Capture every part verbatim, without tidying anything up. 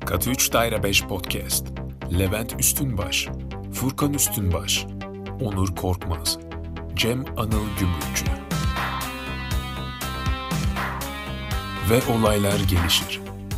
Katı üç Daire beş Podcast. Levent Üstünbaş, Furkan Üstünbaş, Onur Korkmaz, Cem Anıl Gümrükçü. Ve olaylar gelişir.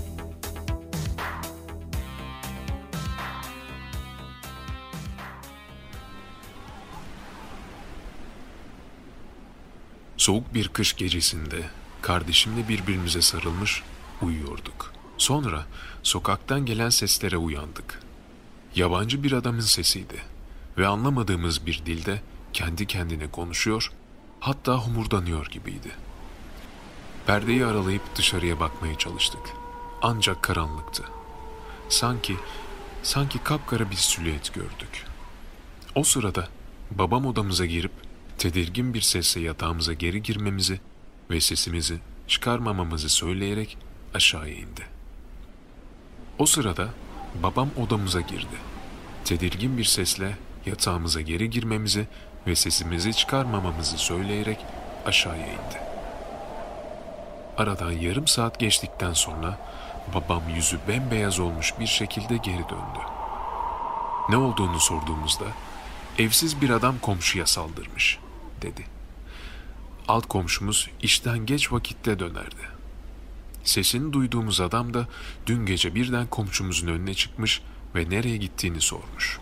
Soğuk bir kış gecesinde kardeşimle birbirimize sarılmış uyuyorduk. Sonra sokaktan gelen seslere uyandık. Yabancı bir adamın sesiydi ve anlamadığımız bir dilde kendi kendine konuşuyor, hatta homurdanıyor gibiydi. Perdeyi aralayıp dışarıya bakmaya çalıştık. Ancak karanlıktı. Sanki, sanki kapkara bir silüet gördük. O sırada babam odamıza girip tedirgin bir sesle yatağımıza geri girmemizi ve sesimizi çıkarmamamızı söyleyerek aşağıya indi. O sırada babam odamıza girdi. Tedirgin bir sesle yatağımıza geri girmemizi ve sesimizi çıkarmamamızı söyleyerek aşağıya indi. Aradan yarım saat geçtikten sonra babam yüzü bembeyaz olmuş bir şekilde geri döndü. Ne olduğunu sorduğumuzda evsiz bir adam komşuya saldırmış dedi. Alt komşumuz işten geç vakitte dönerdi. Sesini duyduğumuz adam da dün gece birden komşumuzun önüne çıkmış ve nereye gittiğini sormuş.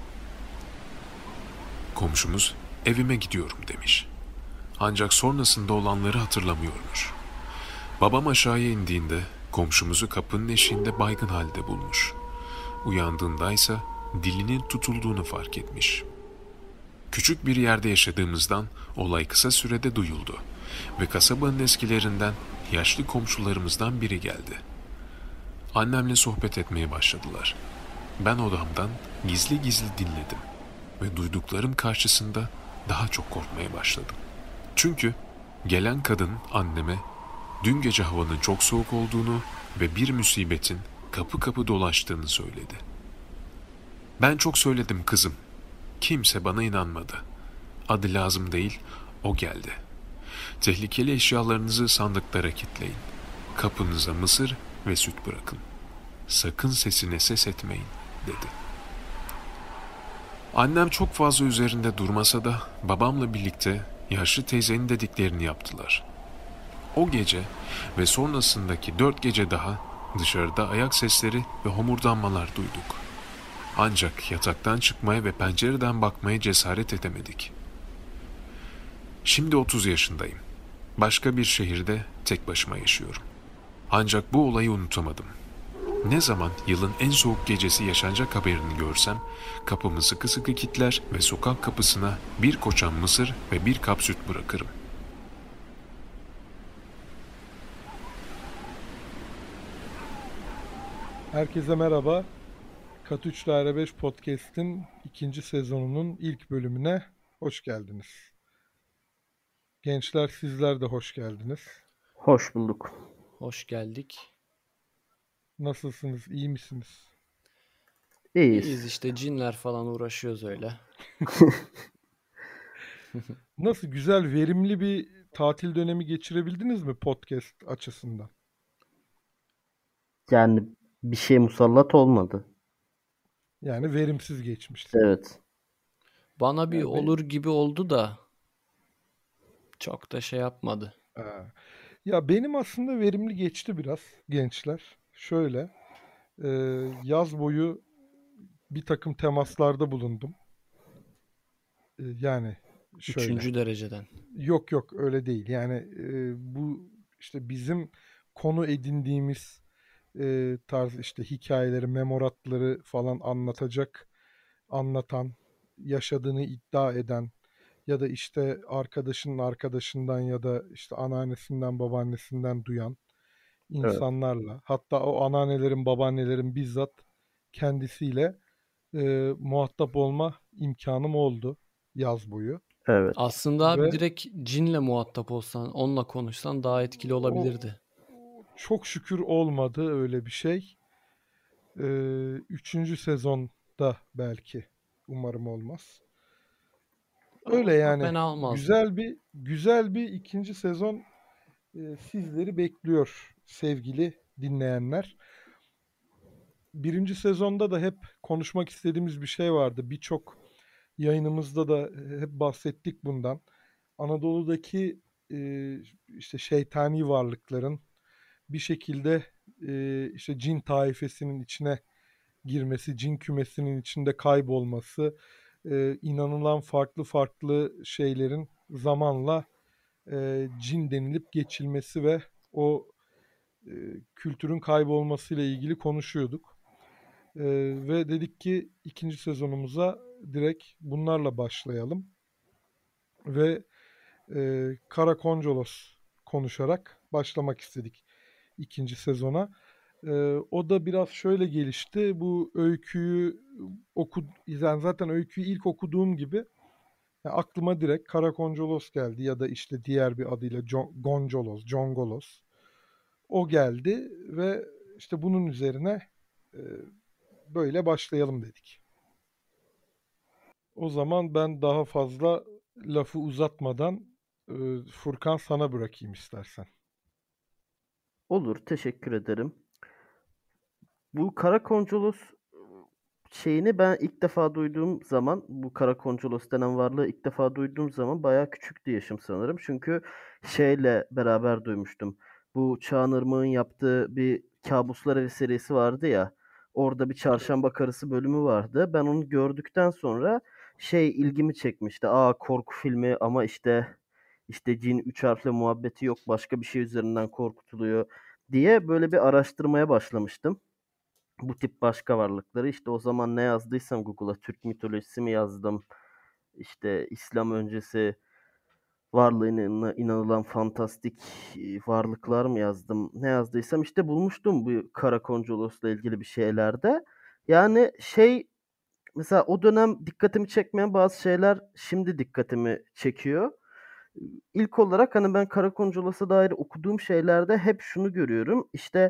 Komşumuz evime gidiyorum demiş. Ancak sonrasında olanları hatırlamıyormuş. Babam aşağıya indiğinde komşumuzu kapının eşiğinde baygın halde bulmuş. Uyandığındaysa dilinin tutulduğunu fark etmiş. Küçük bir yerde yaşadığımızdan olay kısa sürede duyuldu ve kasabanın eskilerinden yaşlı komşularımızdan biri geldi. Annemle sohbet etmeye başladılar. Ben odamdan gizli gizli dinledim ve duyduklarım karşısında daha çok korkmaya başladım. Çünkü gelen kadın anneme dün gece havanın çok soğuk olduğunu ve bir musibetin kapı kapı dolaştığını söyledi. Ben çok söyledim kızım. Kimse bana inanmadı. Adı lazım değil, o geldi. Tehlikeli eşyalarınızı sandıklara kilitleyin. Kapınıza mısır ve süt bırakın. Sakın sesine ses etmeyin, dedi. Annem çok fazla üzerinde durmasa da babamla birlikte yaşlı teyzenin dediklerini yaptılar. O gece ve sonrasındaki dört gece daha dışarıda ayak sesleri ve homurdanmalar duyduk. Ancak yataktan çıkmaya ve pencereden bakmaya cesaret edemedik. Şimdi otuz yaşındayım. Başka bir şehirde tek başıma yaşıyorum. Ancak bu olayı unutamadım. Ne zaman yılın en soğuk gecesi yaşanacak haberini görsem, kapımı sıkı sıkı kilitler ve sokak kapısına bir koçan mısır ve bir kap süt bırakırım. Herkese merhaba. Kat üç Daire beş Podcast'in ikinci sezonunun ilk bölümüne hoş geldiniz. Gençler, sizler de hoş geldiniz. Hoş bulduk. Hoş geldik. Nasılsınız? İyi misiniz? İyiyiz. İyiyiz işte, cinler falan uğraşıyoruz öyle. Nasıl güzel, verimli bir tatil dönemi geçirebildiniz mi podcast açısından? Yani bir şey musallat olmadı. Yani verimsiz geçmişti. Evet. Bana bir Yani olur gibi oldu da çok da şey yapmadı. Ha. Ya benim aslında verimli geçti biraz gençler. Şöyle, e, yaz boyu bir takım temaslarda bulundum. E, yani şöyle. Üçüncü dereceden. Yok yok öyle değil. Yani e, bu işte bizim konu edindiğimiz e, tarz işte hikayeleri, memoratları falan anlatacak, anlatan, yaşadığını iddia eden ya da işte arkadaşının arkadaşından ya da işte anneannesinden, babaannesinden duyan Evet. insanlarla, hatta o anneannelerin, babaannelerin bizzat kendisiyle e, muhatap olma imkanım oldu yaz boyu. Evet. Aslında abi Ve direkt cinle muhatap olsan, onunla konuşsan daha etkili o olabilirdi. çok şükür olmadı öyle bir şey. Ee, üçüncü sezonda belki, umarım olmaz. Öyle Olsa yani fena olmazdı. güzel bir güzel bir ikinci sezon e, sizleri bekliyor sevgili dinleyenler. birinci sezonda da hep konuşmak istediğimiz bir şey vardı. Birçok yayınımızda da hep bahsettik bundan. Anadolu'daki e, işte şeytani varlıkların bir şekilde e, işte cin taifesinin içine girmesi, cin kümesinin içinde kaybolması, e, inanılan farklı farklı şeylerin zamanla e, cin denilip geçilmesi ve o e, kültürün kaybolmasıyla ilgili konuşuyorduk. E, ve dedik ki ikinci sezonumuza direkt bunlarla başlayalım ve e, Karakoncolos konuşarak başlamak istedik ikinci sezona. E, o da biraz şöyle gelişti. Bu öyküyü oku, yani zaten öyküyü ilk okuduğum gibi yani aklıma direkt Karakoncolos geldi ya da işte diğer bir adıyla Jo- Goncolos, Jongolos. O geldi ve işte bunun üzerine e, böyle başlayalım dedik. O zaman ben daha fazla lafı uzatmadan e, Furkan sana bırakayım istersen. Olur, teşekkür ederim. Bu Karakoncolos şeyini ben ilk defa duyduğum zaman, bu Karakoncolos denen varlığı ilk defa duyduğum zaman bayağı küçüktü yaşım sanırım. Çünkü şeyle beraber duymuştum. Bu Çağan Irmak'ın yaptığı bir Kabuslar Evi serisi vardı ya. Orada bir Çarşamba Karısı bölümü vardı. Ben onu gördükten sonra şey ilgimi çekmişti. Aa, korku filmi ama işte işte cin üç harfle muhabbeti yok, başka bir şey üzerinden korkutuluyor diye böyle bir araştırmaya başlamıştım. Bu tip başka varlıkları işte o zaman ne yazdıysam Google'a, Türk mitolojisi mi yazdım, işte İslam öncesi varlığına inanılan fantastik e, varlıklar mı yazdım, ne yazdıysam işte bulmuştum bu Karakoncolos'la ilgili bir şeylerde. Yani şey, mesela o dönem dikkatimi çekmeyen bazı şeyler şimdi dikkatimi çekiyor. İlk olarak hani ben Karakoncolos'a dair okuduğum şeylerde hep şunu görüyorum. İşte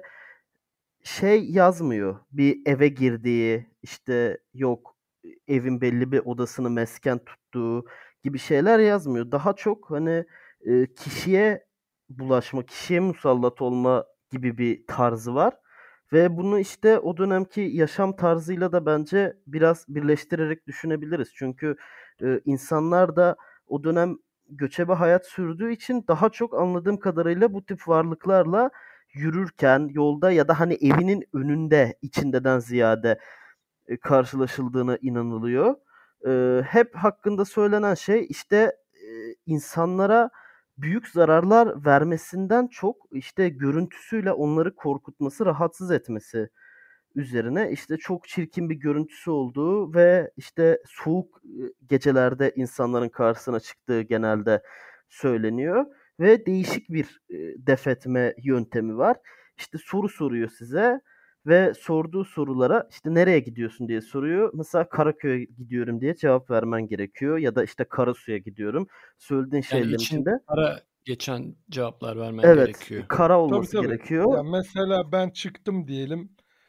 şey yazmıyor. Bir eve girdiği, işte yok evin belli bir odasını mesken tuttuğu gibi şeyler yazmıyor. Daha çok hani e, kişiye bulaşma, kişiye musallat olma gibi bir tarzı var. Ve bunu işte o dönemki yaşam tarzıyla da bence biraz birleştirerek düşünebiliriz. Çünkü e, insanlar da o dönem göçebe hayat sürdüğü için daha çok anladığım kadarıyla bu tip varlıklarla yürürken, yolda ya da hani evinin önünde içindeden ziyade e, karşılaşıldığına inanılıyor. Eee, hep hakkında söylenen şey işte eee, insanlara büyük zararlar vermesinden çok işte görüntüsüyle onları korkutması, rahatsız etmesi üzerine işte çok çirkin bir görüntüsü olduğu ve işte soğuk e, gecelerde insanların karşısına çıktığı genelde söyleniyor ve değişik bir e, def etme yöntemi var. İşte soru soruyor size ve sorduğu sorulara işte nereye gidiyorsun diye soruyor. Mesela Karaköy'e gidiyorum diye cevap vermen gerekiyor ya da işte Karasu'ya gidiyorum. Söylediğin Yani şeylerin için içinde ara geçen cevaplar vermen evet, gerekiyor. kara Tabii olması tabii. gerekiyor. Ya mesela ben çıktım diyelim,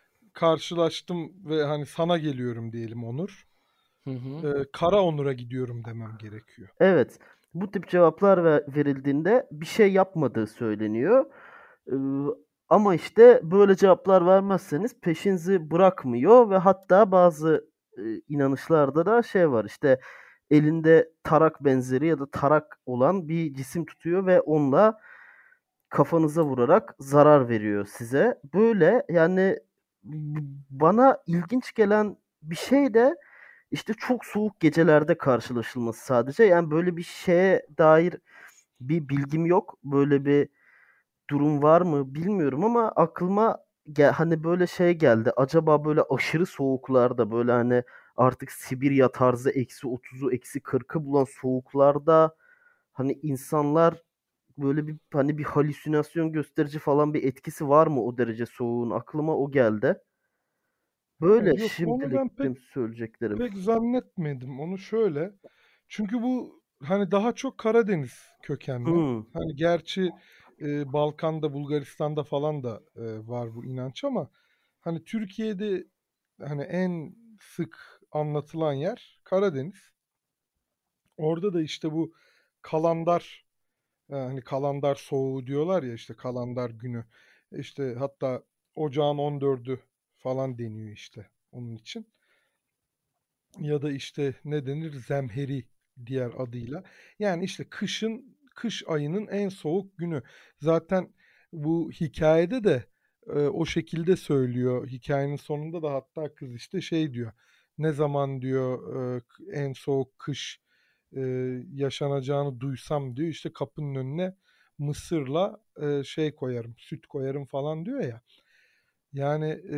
karşılaştım ve hani sana geliyorum diyelim Onur. Hı hı. Ee, Kara Onur'a gidiyorum demem gerekiyor. Evet, bu tip cevaplar ve verildiğinde bir şey yapmadığı söyleniyor. Eee, ama işte böyle cevaplar vermezseniz peşinizi bırakmıyor ve hatta bazı eee, inanışlarda da şey var işte elinde tarak benzeri ya da tarak olan bir cisim tutuyor ve onunla kafanıza vurarak zarar veriyor size. Böyle yani b- bana ilginç gelen bir şey de işte çok soğuk gecelerde karşılaşılması sadece. Yani böyle bir şeye dair bir bilgim yok. Böyle bir durum var mı bilmiyorum ama aklıma gel hani böyle şey geldi. Acaba böyle aşırı soğuklarda böyle hani artık Sibirya tarzı eksi otuzu eksi kırkı bulan soğuklarda hani insanlar böyle bir hani bir halüsinasyon gösterici falan bir etkisi var mı o derece soğuğun? Aklıma o geldi. Ha, Böyle yok onu ben şimdilik pek benim söyleyeceklerim. pek zannetmedim. Onu şöyle. Çünkü bu hani daha çok Karadeniz kökenli. Hımm. Hani gerçi e, Balkan'da, Bulgaristan'da falan da e, var bu inanç ama hani Türkiye'de hani en sık anlatılan yer Karadeniz. Orada da işte bu kalandar, e, hani kalandar soğuğu diyorlar ya, işte kalandar günü. İşte hatta ocağın on dördü falan deniyor işte onun için. Ya da işte ne denir? Zemheri diğer adıyla. Yani işte kışın kış ayının en soğuk günü. Zaten bu hikayede de e, o şekilde söylüyor. Hikayenin sonunda da hatta kız işte şey diyor. Ne zaman diyor e, en soğuk kış e, yaşanacağını duysam diyor. İşte kapının önüne mısırla e, şey koyarım, süt koyarım falan diyor ya. Yani e,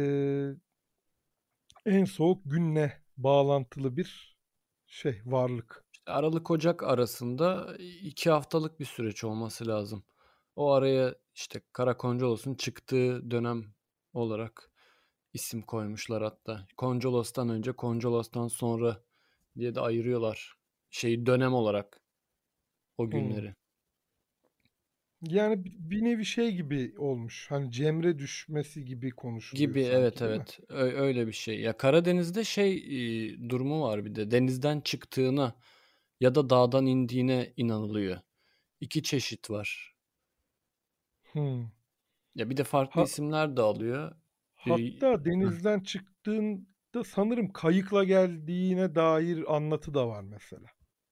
en soğuk günle bağlantılı bir şey varlık. İşte Aralık Ocak arasında iki haftalık bir süreç olması lazım. O araya işte Karakoncolos'un çıktığı dönem olarak isim koymuşlar hatta. Koncolos'tan önce, Koncolos'tan sonra diye de ayırıyorlar şeyi dönem olarak o Hmm. günleri. Yani bi- bir nevi şey gibi olmuş. Hani Cemre düşmesi gibi konuşuluyor Gibi evet sanki, değil mi? evet Ö- öyle bir şey. Ya Karadeniz'de şey e, durumu var bir de denizden çıktığına ya da dağdan indiğine inanılıyor. İki çeşit var. Hmm. Ya bir de farklı Ha, isimler de alıyor. E, hatta hı, denizden çıktığında sanırım kayıkla geldiğine dair anlatı da var mesela.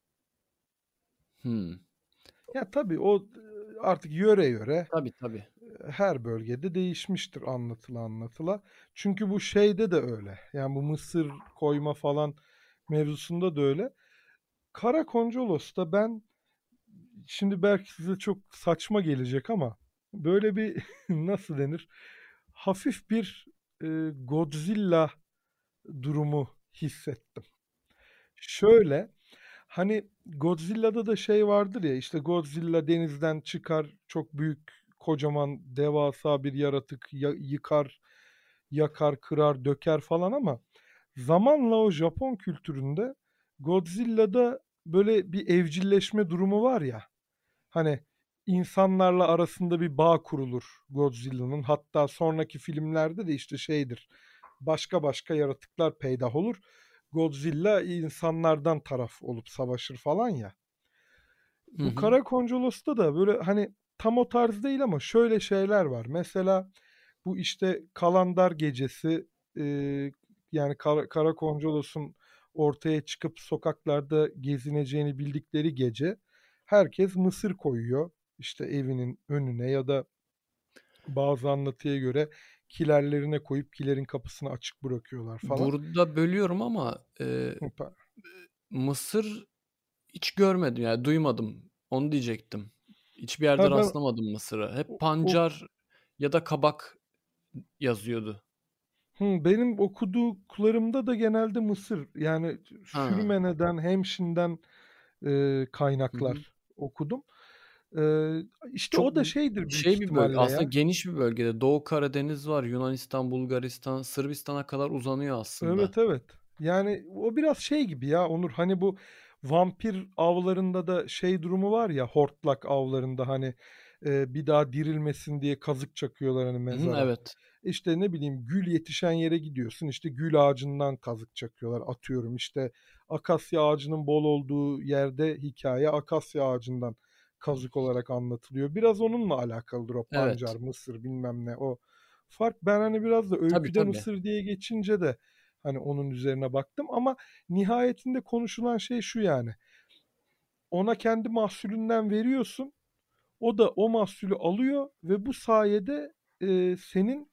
hmm. Ya tabii o e, artık yöre yöre Tabii tabii. e, her bölgede değişmiştir anlatıla anlatıla. Çünkü bu şeyde de öyle. Yani bu mısır koyma falan mevzusunda da öyle. Karakoncolos'ta ben şimdi belki size çok saçma gelecek ama böyle bir nasıl denir? Hafif bir e, Godzilla durumu hissettim. Şöyle hani Godzilla'da da şey vardır ya işte Godzilla denizden çıkar çok büyük kocaman devasa bir yaratık ya- yıkar, yakar, kırar, döker falan ama zamanla o Japon kültüründe Godzilla'da böyle bir evcilleşme durumu var ya. Hani insanlarla arasında bir bağ kurulur Godzilla'nın. Hatta sonraki filmlerde de işte şeydir. Başka başka yaratıklar peydah olur. Godzilla insanlardan taraf olup savaşır falan ya. Hı Bu hı. Karakoncolos'ta da böyle hani tam o tarz değil ama şöyle şeyler var. Mesela bu işte Kalandar Gecesi e, yani Kara, Karakoncolos'un ortaya çıkıp sokaklarda gezineceğini bildikleri gece herkes mısır koyuyor. İşte evinin önüne ya da bazı anlatıya göre kilerlerine koyup kilerin kapısını açık bırakıyorlar falan. Burada bölüyorum ama e, Hı, pa- Mısır hiç görmedim yani duymadım. Onu diyecektim. Hiçbir yerde Ha ben rastlamadım Mısır'a. Hep o, o- pancar ya da kabak yazıyordu. hı, benim okuduklarımda da genelde Mısır yani Ha. Sürmene'den, Hemşin'den e, Hı hı. kaynaklar okudum. E, işte Çok o da şeydir büyük şey bir bölge. ihtimalle Aslında ya. geniş bir bölgede. Doğu Karadeniz var. Yunanistan, Bulgaristan, Sırbistan'a kadar uzanıyor aslında. Evet evet. Yani o biraz şey gibi ya Onur hani bu vampir avlarında da şey durumu var ya hortlak avlarında hani e, bir daha dirilmesin diye kazık çakıyorlar hani Hı hı, mezara. evet. İşte ne bileyim gül yetişen yere gidiyorsun işte gül ağacından kazık çakıyorlar atıyorum işte akasya ağacının bol olduğu yerde hikaye akasya ağacından kazık olarak anlatılıyor. Biraz onunla alakalıdır o pancar, Evet. mısır bilmem ne o fark. Ben hani biraz da Tabii öyküde tabii. mısır diye geçince de hani onun üzerine baktım ama nihayetinde konuşulan şey şu yani. Ona kendi mahsulünden veriyorsun. O da o mahsulü alıyor ve bu sayede e, senin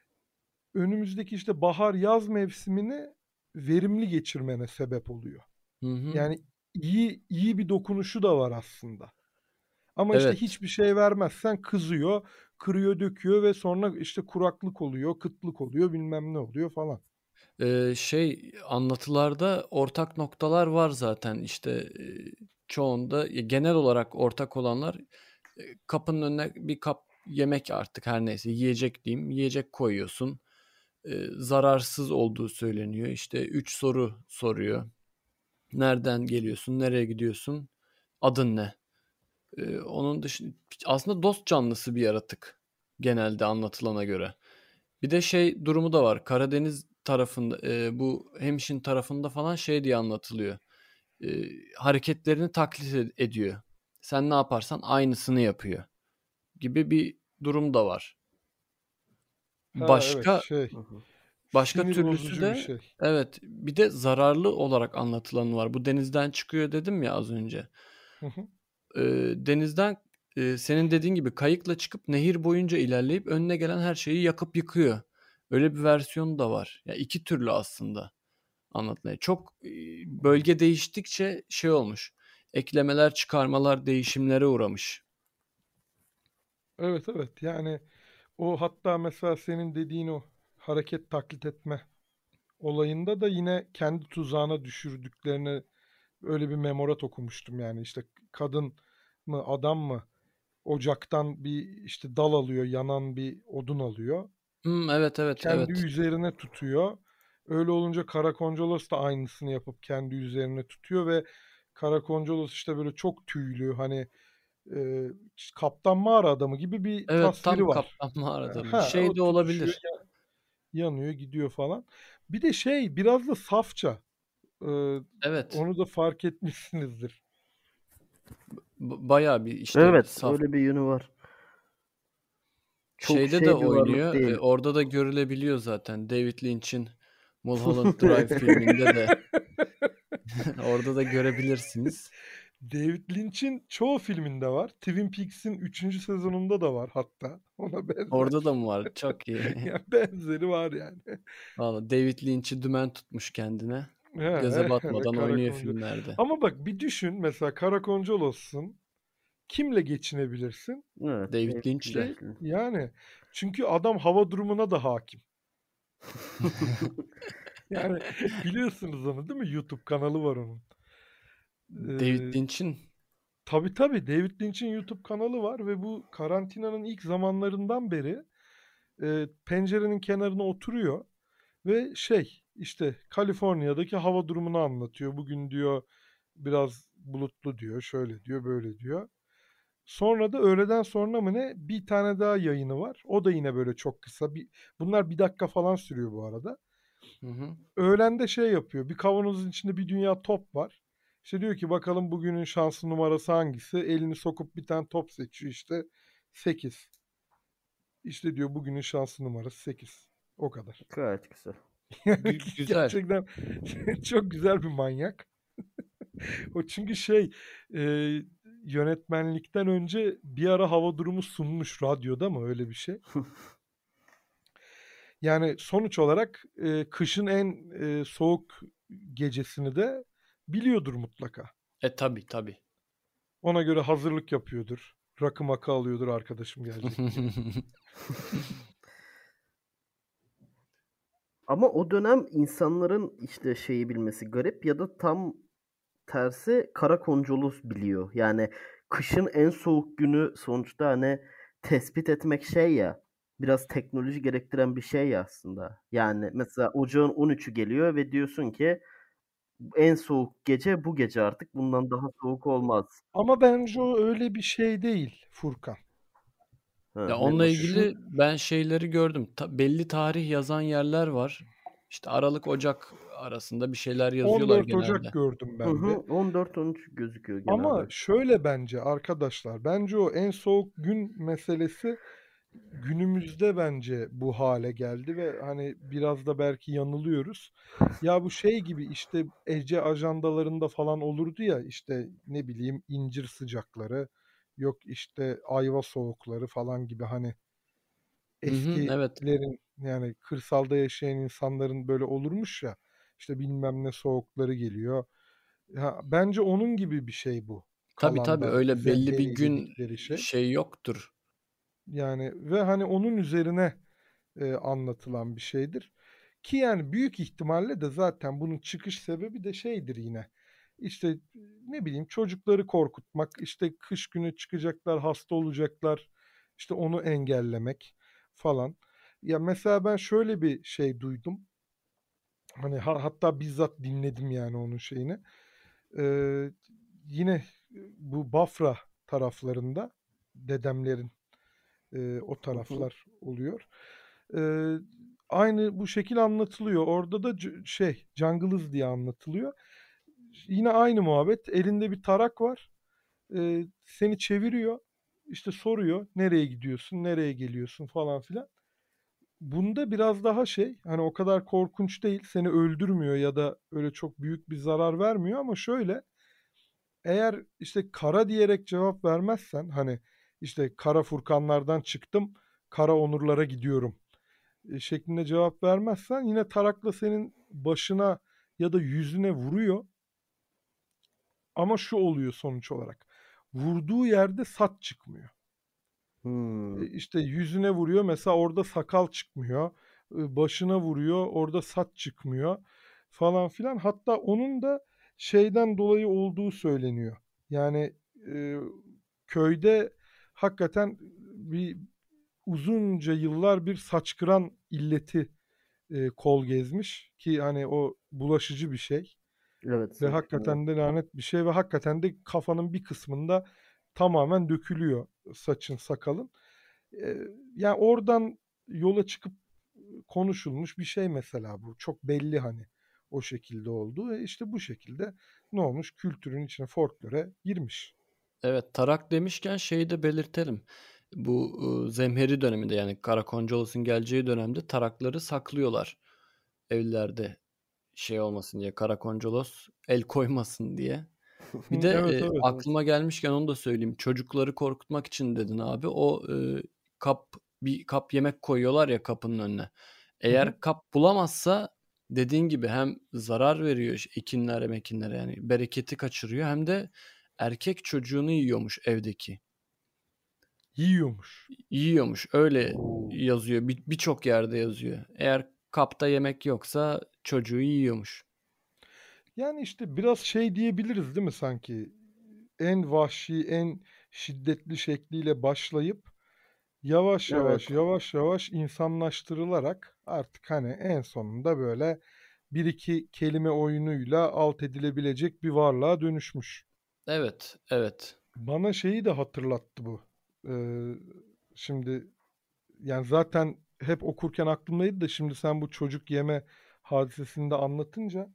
önümüzdeki işte bahar yaz mevsimini verimli geçirmene sebep oluyor. Hı hı. Yani iyi iyi bir dokunuşu da var aslında. Ama işte Evet. hiçbir şey vermezsen kızıyor, kırıyor, döküyor ve sonra işte kuraklık oluyor, kıtlık oluyor, bilmem ne oluyor falan. Ee, şey anlatılarda ortak noktalar var zaten işte e, çoğunda e, genel olarak ortak olanlar e, kapının önüne bir kap yemek artık her neyse yiyecek diyeyim yiyecek koyuyorsun. E, zararsız olduğu söyleniyor işte üç soru soruyor nereden geliyorsun nereye gidiyorsun adın ne. E, onun dışında aslında dost canlısı bir yaratık genelde anlatılana göre. Bir de şey durumu da var. Karadeniz tarafında e, bu Hemşin tarafında falan şey diye anlatılıyor. E, hareketlerini taklit ed- ediyor. Sen ne yaparsan aynısını yapıyor gibi bir durum da var. Ha evet Başka şey Hı hı. Başka Sinir türlüsü bozucu bir de şey. evet bir de zararlı olarak anlatılanı var. Bu denizden çıkıyor dedim ya az önce. Hı hı. Ee, denizden e, senin dediğin gibi kayıkla çıkıp nehir boyunca ilerleyip önüne gelen her şeyi yakıp yıkıyor. Öyle bir versiyonu da var. Ya iki türlü aslında anlatmaya. Çok e, bölge değiştikçe şey olmuş. Eklemeler, çıkarmalar, değişimlere uğramış. Evet evet yani o hatta mesela senin dediğin o hareket taklit etme olayında da yine kendi tuzağına düşürdüklerini öyle bir memorat okumuştum yani işte kadın mı adam mı ocaktan bir işte dal alıyor, yanan bir odun alıyor. Hmm, evet evet Kendi evet. üzerine tutuyor. Öyle olunca Karakoncolos da aynısını yapıp kendi üzerine tutuyor ve Karakoncolos işte böyle çok tüylü hani e, Kaptan Mağara adamı gibi bir Evet tasviri tam var. Kaptan Mağara'da mı? Ha, Şey o de tutuşuyor, olabilir. ya- yanıyor, gidiyor falan. Bir de şey biraz da safça. E, Evet. Onu da fark etmişsinizdir. B- bayağı bir işte Evet, saf. öyle bir yönü var. Çok Şeyde de şey bir varlık oynuyor. değil. e, orada da görülebiliyor zaten. David Lynch'in Mulholland Drive filminde de orada da görebilirsiniz. David Lynch'in çoğu filminde var. Twin Peaks'in üçüncü sezonunda da var hatta. Ona Orada da benzer. mı var? Çok iyi. Yani benzeri var yani. Valla David Lynch'i dümen tutmuş kendine. Göze He, hele batmadan oynuyor Karakonca. filmlerde. Ama bak bir düşün mesela Karakoncolos'sun. Kimle geçinebilirsin? Evet, David David Lynch'le. İşte Lynch'li. yani çünkü adam hava durumuna da hakim. Yani biliyorsunuz onu değil mi? YouTube kanalı var onun. David Ee, Lynch'in tabii tabii David Lynch'in YouTube kanalı var ve bu karantinanın ilk zamanlarından beri e, pencerenin kenarına oturuyor ve şey işte Kaliforniya'daki hava durumunu anlatıyor. Bugün diyor biraz bulutlu diyor, şöyle diyor, böyle diyor. Sonra da öğleden sonra mı ne bir tane daha yayını var. O da yine böyle çok kısa. Bir, bunlar bir dakika falan sürüyor bu arada. Hı hı. Öğlende şey yapıyor. Bir kavanozun içinde bir dünya top var. İşte diyor ki bakalım bugünün şanslı numarası hangisi? Elini sokup bir tane top seçiyor işte. Sekiz. İşte diyor bugünün şanslı numarası sekiz. O kadar. Gayet güzel. Yani Gü- güzel. gerçekten çok güzel bir manyak. O çünkü şey e, yönetmenlikten önce bir ara hava durumu sunmuş radyoda mı öyle bir şey. Yani sonuç olarak e, kışın en e, soğuk gecesini de biliyordur mutlaka. E tabi tabi. Ona göre hazırlık yapıyordur. Rakı makı alıyordur arkadaşım gelecek diye. Ama o dönem insanların işte şeyi bilmesi garip ya da tam tersi Karakoncolos biliyor. Yani kışın en soğuk günü sonuçta hani tespit etmek şey ya, biraz teknoloji gerektiren bir şey ya aslında. Yani mesela ocağın on üçü geliyor ve diyorsun ki en soğuk gece bu gece, artık bundan daha soğuk olmaz. Ama bence o öyle bir şey değil Furkan. Ha, Ya ne onunla o? Şu ilgili ben şeyleri gördüm. Ta- belli tarih yazan yerler var. İşte Aralık Ocak arasında bir şeyler yazıyorlar on dört Ocak genelde. gördüm Hı ben hı, de. on dört on üç gözüküyor Ama genelde. şöyle bence arkadaşlar, bence o en soğuk gün meselesi günümüzde bence bu hale geldi ve hani biraz da belki yanılıyoruz. Ya bu şey gibi işte Ece ajandalarında falan olurdu ya işte ne bileyim incir sıcakları, yok işte ayva soğukları falan gibi hani Hı hı, evet. eskilerin yani kırsalda yaşayan insanların böyle olurmuş ya işte bilmem ne soğukları geliyor. Ya, bence onun gibi bir şey bu. Tabii tabii Kalanda öyle belli bir zemheri gün dedikleri şey. şey yoktur. Yani ve hani onun üzerine e, anlatılan bir şeydir. Ki yani büyük ihtimalle de zaten bunun çıkış sebebi de şeydir yine. İşte ne bileyim çocukları korkutmak, işte kış günü çıkacaklar, hasta olacaklar, işte onu engellemek falan. Ya mesela ben şöyle bir şey duydum. Hani ha- hatta bizzat dinledim yani onun şeyini. Ee, Yine bu Bafra taraflarında dedemlerin e, o Hı hı. taraflar oluyor. Ee, Aynı bu şekil anlatılıyor. Orada da c- şey Cangılız diye anlatılıyor. Yine aynı muhabbet. Elinde bir tarak var. Ee, seni çeviriyor. İşte soruyor nereye gidiyorsun, nereye geliyorsun falan filan. bunda biraz daha şey, hani o kadar korkunç değil, seni öldürmüyor ya da öyle çok büyük bir zarar vermiyor ama şöyle, eğer işte kara diyerek cevap vermezsen, hani işte kara Furkanlardan çıktım, kara Onurlara gidiyorum e, şeklinde cevap vermezsen yine tarakla senin başına ya da yüzüne vuruyor. Ama şu oluyor sonuç olarak. Vurduğu yerde saç çıkmıyor. Hmm. E, İşte yüzüne vuruyor mesela, orada sakal çıkmıyor. E, Başına vuruyor, orada saç çıkmıyor falan filan. Hatta onun da şeyden dolayı olduğu söyleniyor. Yani e, köyde hakikaten bir uzunca yıllar bir saç kıran illeti e, kol gezmiş ki hani o bulaşıcı bir şey. Evet, Ve saçma. hakikaten de lanet bir şey ve hakikaten de kafanın bir kısmında tamamen dökülüyor saçın, sakalın. Ee, yani oradan yola çıkıp konuşulmuş bir şey mesela bu. Çok belli hani o şekilde oldu. E işte bu şekilde ne olmuş? Kültürün içine, folklore girmiş. Evet, tarak demişken şeyi de belirtelim. Bu ıı, zemheri döneminde yani Karakoncolos'un geleceği dönemde tarakları saklıyorlar evlerde şey olmasın diye, Karakoncolos el koymasın diye. Bir de Evet, e, evet. aklıma gelmişken onu da söyleyeyim. Çocukları korkutmak için dedin abi. O e, kap bir kap yemek koyuyorlar ya kapının önüne. Hı hı. Eğer kap bulamazsa dediğin gibi hem zarar veriyor işte ekinlere mekinlere yani bereketi kaçırıyor hem de erkek çocuğunu yiyormuş evdeki. Yiyormuş. Yiyormuş. Öyle Oo. yazıyor. Bir- Birçok yerde yazıyor. Eğer kapta yemek yoksa çocuğu yiyormuş. Yani işte biraz şey diyebiliriz değil mi sanki? En vahşi, en şiddetli şekliyle başlayıp yavaş yavaş Evet. yavaş yavaş insanlaştırılarak artık hani en sonunda böyle bir iki kelime oyunuyla alt edilebilecek bir varlığa dönüşmüş. Evet, evet. Bana şeyi de hatırlattı bu. Ee, şimdi yani zaten hep okurken aklımdaydı da şimdi sen bu çocuk yeme hadisesini de anlatınca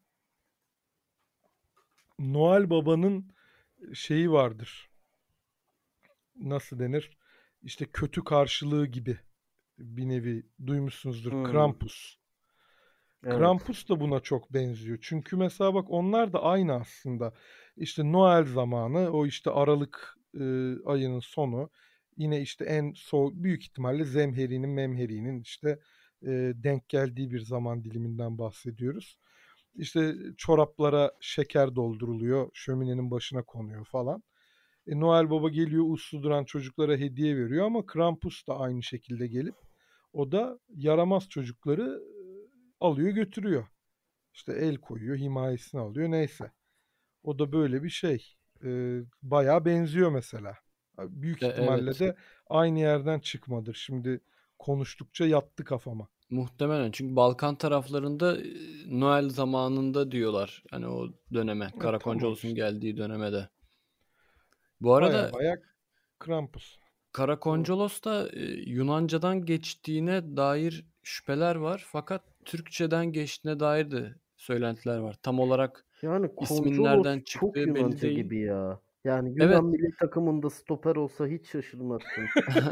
Noel Baba'nın şeyi vardır. Nasıl denir? İşte kötü karşılığı gibi bir nevi duymuşsunuzdur. Hmm. Krampus. Evet. Krampus da buna çok benziyor. Çünkü mesela bak onlar da aynı aslında. İşte Noel zamanı, o işte Aralık e, ayının sonu. Yine işte en soğuk, büyük ihtimalle zemherinin, memherinin işte e, denk geldiği bir zaman diliminden bahsediyoruz. İşte çoraplara şeker dolduruluyor, şöminenin başına konuyor falan. E, Noel Baba geliyor, uslu duran çocuklara hediye veriyor ama Krampus da aynı şekilde gelip o da yaramaz çocukları e, alıyor götürüyor. İşte el koyuyor, himayesine alıyor, neyse. O da böyle bir şey. E, bayağı benziyor mesela. Büyük E, ihtimalle evet. de aynı yerden çıkmadır. Şimdi konuştukça yattı kafama. Muhtemelen çünkü Balkan taraflarında e, Noel zamanında diyorlar. Hani o döneme, E, tamam Karakoncolos'un işte. geldiği döneme de. Bu Baya arada baya Krampus. Karakoncolos da e, Yunanca'dan geçtiğine dair şüpheler var. Fakat Türkçeden geçtiğine dair de söylentiler var. Tam olarak Yani ismin Koncolos nereden çok çıktığı belli Yunanca değil. gibi ya. Yani Evet. Yunan milli takımında stoper olsa hiç şaşırmazsın.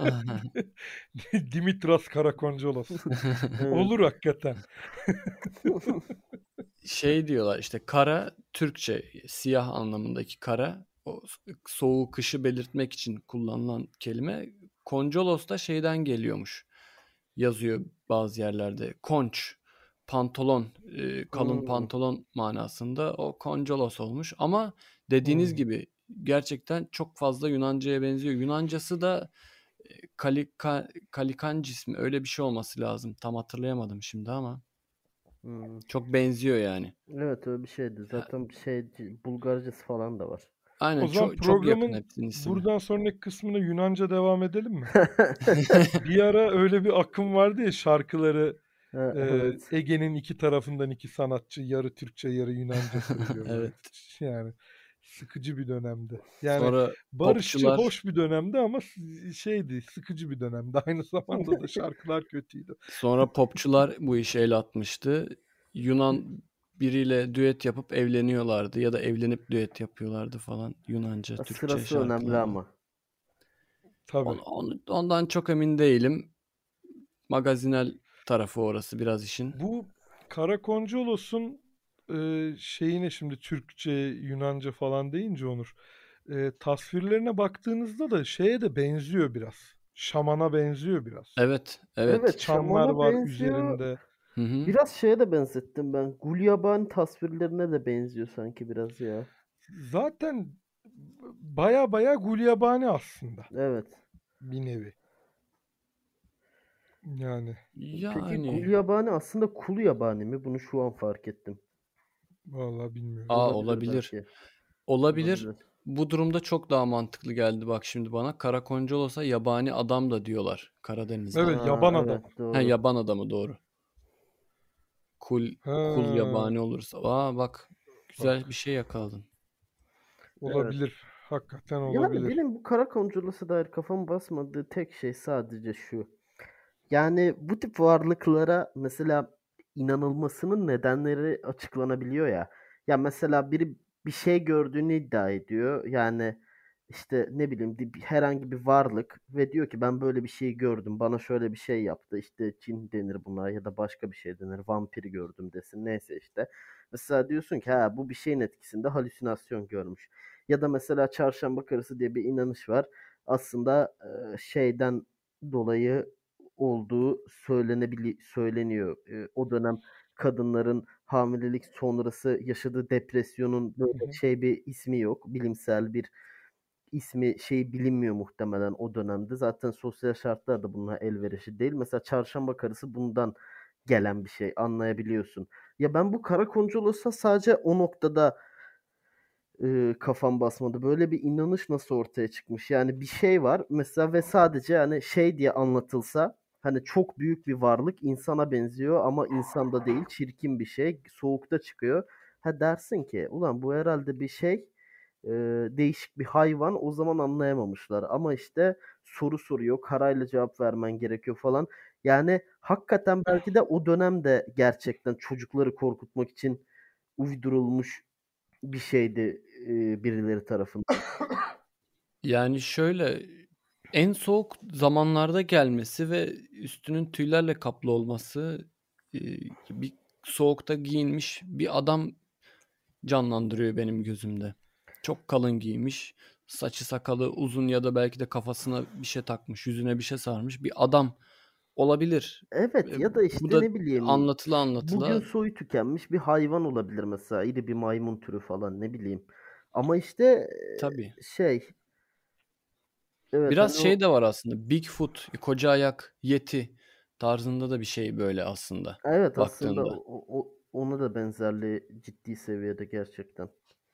Dimitras Karakoncolos. Evet. Olur hakikaten. Şey diyorlar işte kara Türkçe siyah anlamındaki kara o soğuğu kışı belirtmek için kullanılan kelime koncolos da şeyden geliyormuş yazıyor bazı yerlerde konç pantolon e, kalın Hmm. pantolon manasında o koncolos olmuş ama dediğiniz Hmm. gibi gerçekten çok fazla Yunanca'ya benziyor. Yunancası da e, kalika, kalikancis mi öyle bir şey olması lazım tam hatırlayamadım şimdi ama Hmm. çok benziyor yani. Evet, öyle bir şeydi. Zaten bir şey Bulgarcası falan da var. Aynen O zaman çok çok yakın programın hepsinin ismi. buradan sonraki kısmına Yunanca devam edelim mi? Bir ara öyle bir akım vardı ya, şarkıları Ha, e, evet. Ege'nin iki tarafından iki sanatçı yarı Türkçe yarı Yunanca söylüyor böyle. Evet. Yani sıkıcı bir dönemdi. Yani Sonra barışçı, popçular hoş bir dönemdi ama s- şeydi, sıkıcı bir dönemdi. Aynı zamanda da şarkılar kötüydü. sonra popçular bu işe el atmıştı. Yunan biriyle düet yapıp evleniyorlardı ya da evlenip düet yapıyorlardı falan Yunanca, Türkçe Sırası önemli şarkılarla. ama. Tabii. On, on- ondan çok emin değilim. Magazinel tarafı orası biraz işin. Bu Karakoncolos'un e, şeyine şimdi Türkçe, Yunanca falan deyince Onur, e, tasvirlerine baktığınızda da şeye de benziyor biraz. Şaman'a benziyor biraz. Evet, evet. Evet, Çanlar şamana var benziyor. üzerinde. Hı hı. Biraz şeye de benzettim ben. Gulyabani tasvirlerine de benziyor sanki biraz ya. Zaten baya baya Gulyabani aslında Evet. bir nevi. Yani Peki Yani Gulyabani aslında kulu yabani mi? Bunu şu an fark ettim. vallahi bilmiyorum. aa Olabilir olabilir. belki. Olabilir. Olabilir. Bu durumda çok daha mantıklı geldi bak şimdi bana. Karakoncolos'a yabani adam da diyorlar Karadeniz'de. Evet, Ha, yaban evet adam. Ha, doğru. yaban adamı doğru. Kul kul Ha, yabani olursa. Aa bak güzel bak bir şey yakaladın. Evet. olabilir. Hakikaten Yani olabilir. benim bu kara konculası dair kafam basmadığı tek şey sadece şu. Yani bu tip varlıklara mesela inanılmasının nedenleri açıklanabiliyor ya. Ya mesela biri bir şey gördüğünü iddia ediyor. Yani işte ne bileyim bir- herhangi bir varlık ve diyor ki ben böyle bir şey gördüm. Bana şöyle bir şey yaptı. İşte cin denir buna ya da başka bir şey denir. Vampiri gördüm desin. Neyse işte. Mesela diyorsun ki ha bu bir şeyin etkisinde halüsinasyon görmüş. Ya da mesela çarşamba karısı diye bir inanış var. Aslında e, şeyden dolayı olduğu söylenebili söyleniyor. Eee, o dönem kadınların hamilelik sonrası yaşadığı depresyonun Hı böyle hı. şey bir ismi yok. Bilimsel bir ismi şey bilinmiyor muhtemelen o dönemde. Zaten sosyal şartlar da buna elverişli değil. Mesela çarşamba karısı bundan gelen bir şey anlayabiliyorsun. Ya ben bu kara koncolos'a sadece o noktada eee, kafam basmadı. Böyle bir inanış nasıl ortaya çıkmış? Yani bir şey var mesela ve sadece hani şey diye anlatılsa hani çok büyük bir varlık insana benziyor ama insanda değil çirkin bir şey soğukta çıkıyor. Ha dersin ki ulan bu herhalde bir şey eee, değişik bir hayvan o zaman anlayamamışlar. Ama işte soru soruyor karayla cevap vermen gerekiyor falan. Yani hakikaten belki de o dönemde gerçekten çocukları korkutmak için uydurulmuş bir şeydi eee, birileri tarafından. Yani şöyle en soğuk zamanlarda gelmesi ve üstünün tüylerle kaplı olması e, bir soğukta giyinmiş bir adam canlandırıyor benim gözümde. Çok kalın giymiş, saçı sakalı uzun ya da belki de kafasına bir şey takmış, yüzüne bir şey sarmış bir adam olabilir. Evet E, ya da Bu işte da ne bileyim anlatıla bugün anlatıla soyu tükenmiş bir hayvan olabilir mesela. İri bir maymun türü falan ne bileyim. Ama işte tabii. eee, şey evet Biraz hani şey o de var aslında. Bigfoot, koca ayak, yeti tarzında da bir şey böyle aslında evet aslında baktığında. o, o, ona da benzerliği ciddi seviyede gerçekten.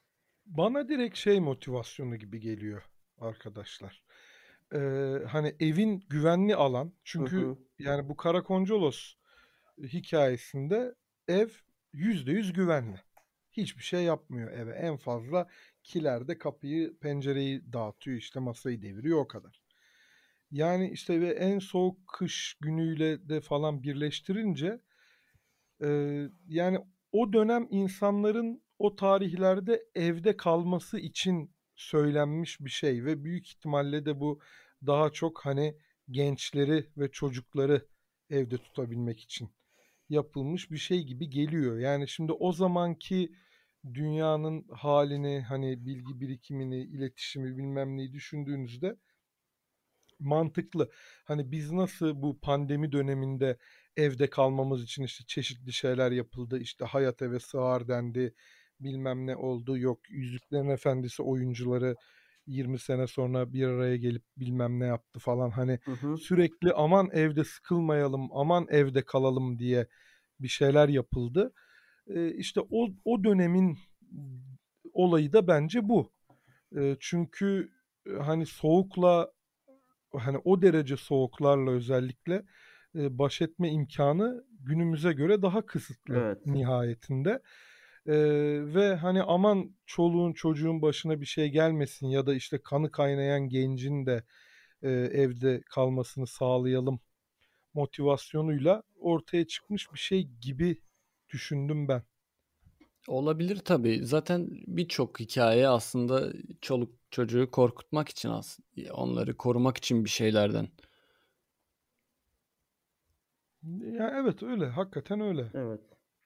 Bana direkt şey motivasyonu gibi geliyor arkadaşlar. Ee, hani evin güvenli alan. Hı Çünkü hı. yani bu Karakoncolos hikayesinde ev yüzde yüz güvenli. Hiçbir şey yapmıyor eve. En fazla kilerde kapıyı, pencereyi dağıtıyor, işte masayı deviriyor o kadar. Yani işte ve en soğuk kış günüyle de falan birleştirince e, yani o dönem insanların o tarihlerde evde kalması için söylenmiş bir şey ve büyük ihtimalle de bu daha çok hani gençleri ve çocukları evde tutabilmek için yapılmış bir şey gibi geliyor. Yani şimdi o zamanki dünyanın halini, hani bilgi birikimini, iletişimi bilmem neyi düşündüğünüzde mantıklı. Hani biz nasıl bu pandemi döneminde evde kalmamız için işte çeşitli şeyler yapıldı. İşte Hayat Eve Sığar dendi. Bilmem ne oldu. Yok, Yüzüklerin Efendisi oyuncuları yirmi sene sonra bir araya gelip bilmem ne yaptı falan. Hani Hı hı. sürekli aman evde sıkılmayalım, aman evde kalalım diye bir şeyler yapıldı. Ee, işte o, o dönemin olayı da bence bu. Ee, çünkü e, hani soğukla, hani o derece soğuklarla özellikle e, baş etme imkanı günümüze göre daha kısıtlı Evet. nihayetinde. E, ve hani aman çoluğun çocuğun başına bir şey gelmesin ya da işte kanı kaynayan gencin de e, evde kalmasını sağlayalım motivasyonuyla ortaya çıkmış bir şey gibi düşündüm ben. Olabilir tabii. Zaten birçok hikaye aslında çoluk çocuğu korkutmak için aslında onları korumak için bir şeylerden. Ya evet öyle. Hakikaten öyle. Evet.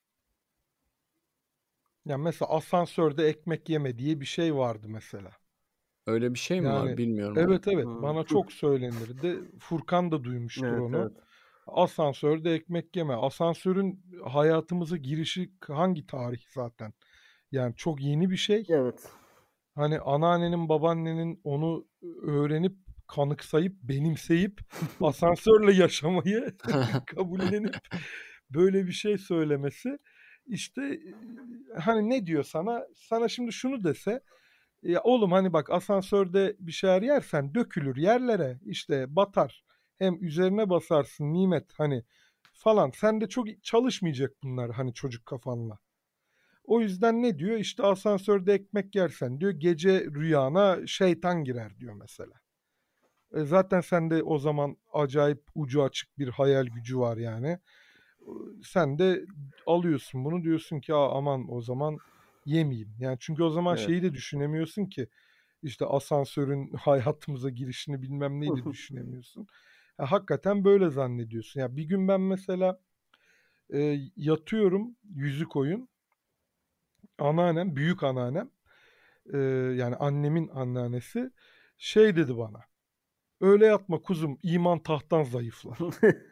Ya mesela asansörde ekmek yeme diye bir şey vardı mesela. Öyle bir şey mi var? Yani Bilmiyorum onu. evet evet Hmm. bana çok söylenirdi. Furkan da duymuştur Evet, onu. evet. Asansörde ekmek yeme. Asansörün hayatımıza girişi hangi tarih zaten? Yani çok yeni bir şey. Evet. Hani anneannenin, babaannenin onu öğrenip, kanıksayıp, benimseyip asansörle yaşamayı kabullenip böyle bir şey söylemesi işte e, hani ne diyor sana? Sana şimdi şunu dese ya oğlum hani bak asansörde bir şeyler yersen dökülür yerlere işte batar. Hem üzerine basarsın nimet hani falan. Sen de çok çalışmayacak bunlar hani çocuk kafanla. O yüzden ne diyor? İşte asansörde ekmek yersen diyor gece rüyana şeytan girer diyor mesela. E zaten sende o zaman acayip ucu açık bir hayal gücü var yani. E, Sen de alıyorsun bunu diyorsun ki Aa, aman o zaman yemeyeyim. Yani çünkü o zaman Evet. şeyi de düşünemiyorsun ki işte asansörün hayatımıza girişini bilmem neyi de düşünemiyorsun. Ha, hakikaten böyle zannediyorsun. Ya bir gün ben mesela e, yatıyorum yüzük oyun. Anneannem, büyük anneannem e, yani annemin anneannesi şey dedi bana. Öyle yatma kuzum iman tahttan zayıflar.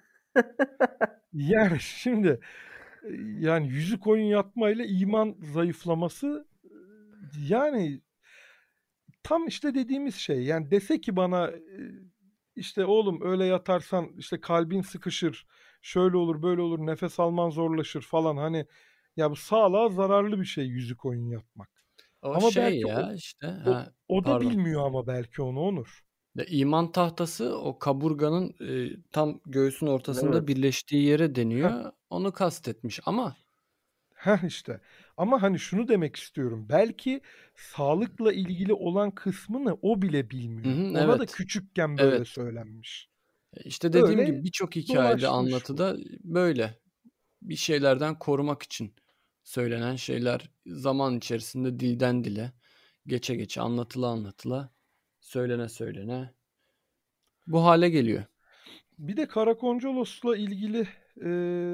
Yani şimdi e, yani yüzük oyun yatmayla iman zayıflaması e, yani tam işte dediğimiz şey. Yani dese ki bana e, işte oğlum öyle yatarsan işte kalbin sıkışır, şöyle olur, böyle olur, nefes alman zorlaşır falan hani ya bu sağlığa zararlı bir şey yüzük oyun yapmak. O Ama şey belki o, ya işte. o, Ha, o da pardon. bilmiyor ama belki onu Onur. Ya, iman tahtası o kaburganın e, tam göğsün ortasında Evet. birleştiği yere Heh, deniyor. Onu kastetmiş ama heh işte. Ama hani şunu demek istiyorum. Belki sağlıkla ilgili olan kısmını o bile hı bilmiyor. hı, Ona da evet. küçükken böyle Evet. söylenmiş. İşte dediğim gibi Öyle birçok hikayede, dolaşmış bu. anlatıda böyle bir şeylerden korumak için söylenen şeyler zaman içerisinde dilden dile geçe geçe anlatıla anlatıla söylene söylene bu hale geliyor. Bir de Karakoncolos'la ilgili e,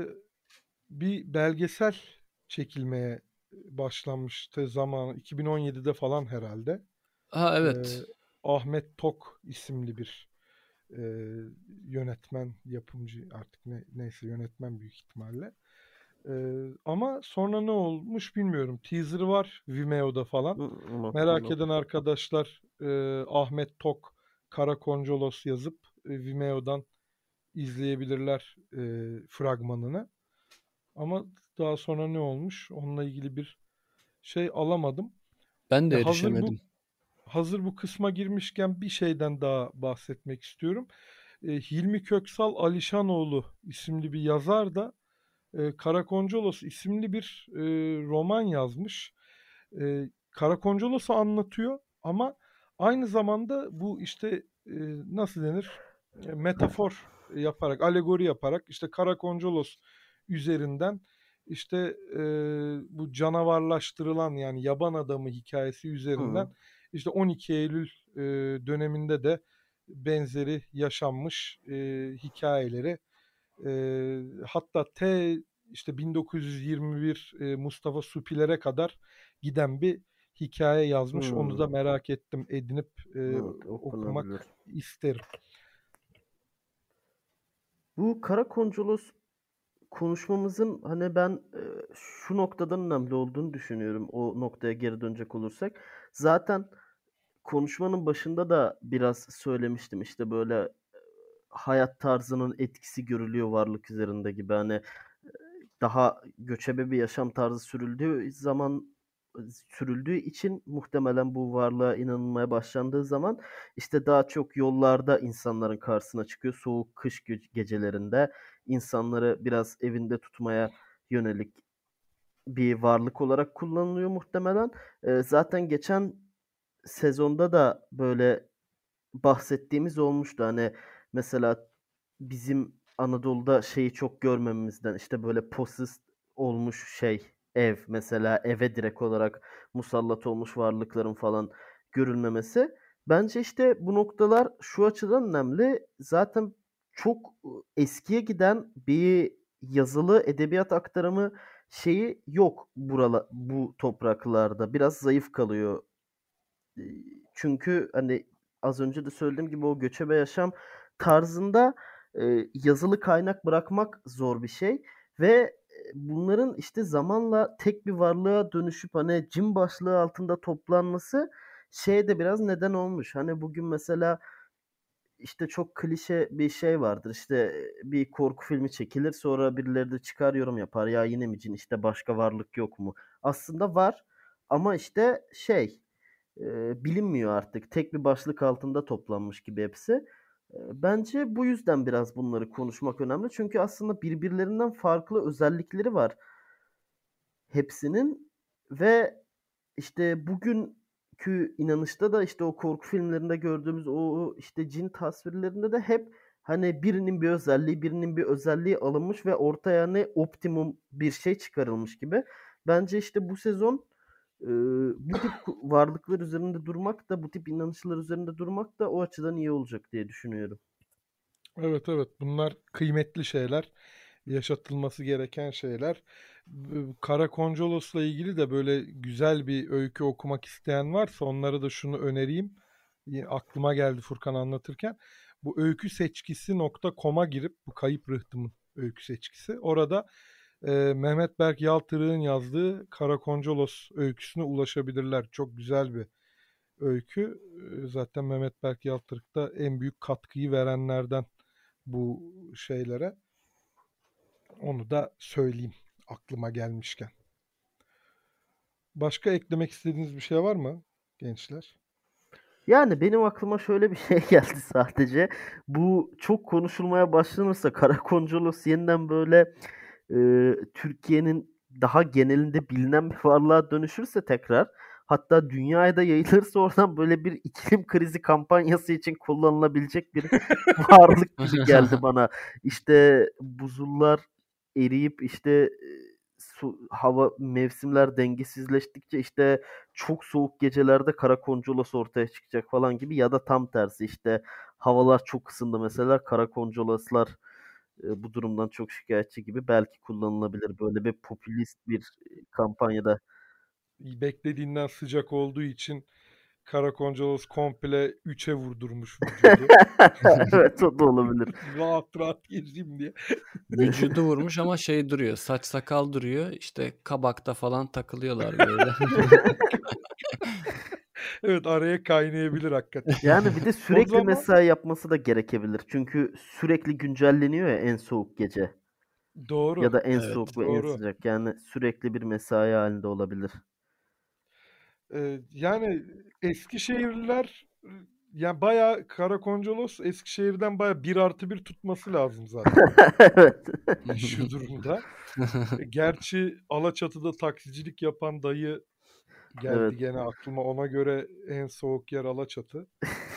bir belgesel çekilmeye başlanmıştı zamanı iki bin on yedide falan herhalde. Ha E, evet. Ahmet Tok isimli bir e, yönetmen, yapımcı artık ne, neyse yönetmen büyük ihtimalle. E, ama sonra ne olmuş bilmiyorum. Teaser'ı var Vimeo'da falan. Hı, ama Merak bunu. eden arkadaşlar e, Ahmet Tok Karakoncolos yazıp e, Vimeo'dan izleyebilirler e, fragmanını. Ama daha sonra ne olmuş? Onunla ilgili bir şey alamadım. Ben de Ya hazır bu erişemedim. hazır bu kısma girmişken bir şeyden daha bahsetmek istiyorum. E, Hilmi Köksal Alişanoğlu isimli bir yazar da e, Karakoncolos isimli bir e, roman yazmış. E, Karakoncolos'u anlatıyor ama aynı zamanda bu işte e, nasıl denir? E, metafor yaparak, alegori yaparak işte Karakoncolos üzerinden işte e, bu canavarlaştırılan yani yaban adamı hikayesi üzerinden Hı. işte on iki Eylül e, döneminde de benzeri yaşanmış e, hikayeleri e, hatta T işte bin dokuz yüz yirmi bir e, Mustafa Supilere kadar giden bir hikaye yazmış. Onu Hı. da merak ettim edinip e, Evet, okunabilir. okumak isterim. Bu Karakoncolos konuşmamızın hani ben e, şu noktadan önemli olduğunu düşünüyorum. O noktaya geri dönecek olursak. Zaten konuşmanın başında da biraz söylemiştim. İşte böyle hayat tarzının etkisi görülüyor varlık üzerinde gibi. Hani daha göçebe bir yaşam tarzı sürüldüğü zaman sürüldüğü için muhtemelen bu varlığa inanılmaya başlandığı zaman işte daha çok yollarda insanların karşısına çıkıyor. Soğuk kış gö- gecelerinde insanları biraz evinde tutmaya yönelik bir varlık olarak kullanılıyor muhtemelen. Ee, zaten geçen sezonda da böyle bahsettiğimiz olmuştu. Hani mesela bizim Anadolu'da şeyi çok görmememizden işte böyle possessed olmuş şey ev mesela eve direkt olarak musallat olmuş varlıkların falan görülmemesi. Bence işte bu noktalar şu açıdan önemli. Zaten çok eskiye giden bir yazılı edebiyat aktarımı şeyi yok burala, bu topraklarda. Biraz zayıf kalıyor. Çünkü hani az önce de söylediğim gibi o göçebe yaşam tarzında e, yazılı kaynak bırakmak zor bir şey ve bunların işte zamanla tek bir varlığa dönüşüp hani cin başlığı altında toplanması şeye de biraz neden olmuş. Hani bugün mesela işte çok klişe bir şey vardır. İşte bir korku filmi çekilir, sonra birileri de çıkar yorum yapar. Ya yine mi cin, işte başka varlık yok mu? Aslında var ama işte şey e, bilinmiyor artık. Tek bir başlık altında toplanmış gibi hepsi. E, Bence bu yüzden biraz bunları konuşmak önemli. Çünkü aslında birbirlerinden farklı özellikleri var hepsinin ve işte bugünkü inanışta da işte o korku filmlerinde gördüğümüz o işte cin tasvirlerinde de hep hani birinin bir özelliği, birinin bir özelliği alınmış ve ortaya ne optimum bir şey çıkarılmış gibi. Bence işte bu sezon e, bu tip ku- varlıklar üzerinde durmak da, bu tip inanışlar üzerinde durmak da o açıdan iyi olacak diye düşünüyorum. Evet, evet, bunlar kıymetli şeyler. Yaşatılması gereken şeyler. B- Kara Koncolos'la ilgili de böyle güzel bir öykü okumak isteyen varsa onlara da şunu önereyim. Yine aklıma geldi Furkan anlatırken. Bu öykü seçkisi nokta com'a girip bu Kayıp Rıhtım'ın öykü seçkisi. Orada e, Mehmet Berk Yaltırık'ın yazdığı Kara Koncolos öyküsüne ulaşabilirler. Çok güzel bir öykü. E, Zaten Mehmet Berk Yaltırık da en büyük katkıyı verenlerden bu şeylere. Onu da söyleyeyim aklıma gelmişken. Başka eklemek istediğiniz bir şey var mı gençler? Yani benim aklıma şöyle bir şey geldi sadece. Bu çok konuşulmaya başlanırsa Karakoncolos yeniden böyle e, Türkiye'nin daha genelinde bilinen bir varlığa dönüşürse tekrar, hatta dünyaya da yayılırsa oradan böyle bir iklim krizi kampanyası için kullanılabilecek bir varlık gibi geldi bana. İşte buzullar eriyip işte e, su, hava mevsimler dengesizleştikçe işte çok soğuk gecelerde Karakoncolos ortaya çıkacak falan gibi, ya da tam tersi işte havalar çok ısındı mesela, Karakoncoloslar e, bu durumdan çok şikayetçi gibi belki kullanılabilir böyle bir popülist bir e, kampanyada. Beklediğinden sıcak olduğu için Karakoncolos komple üçe vurdurmuş vücudu. Evet, o da olabilir. Rahat rahat gezeyim diye. Vücudu vurmuş ama şey duruyor. Saç sakal duruyor. İşte kabakta falan takılıyorlar böyle. Evet, araya kaynayabilir hakikaten. Yani bir de O sürekli zaman mesai yapması da gerekebilir. Çünkü sürekli güncelleniyor ya en soğuk gece doğru, ya da en Evet. soğuk ve en doğru. sıcak. Yani sürekli bir mesai halinde olabilir. Ee, yani Eskişehirliler e, yani bayağı Karakoncolos Eskişehir'den bayağı bir artı bir tutması lazım zaten Evet. şu durumda. E, Gerçi Alaçatı'da taksicilik yapan dayı Evet. geldi gene aklıma. Ona göre en soğuk yer Alaçatı.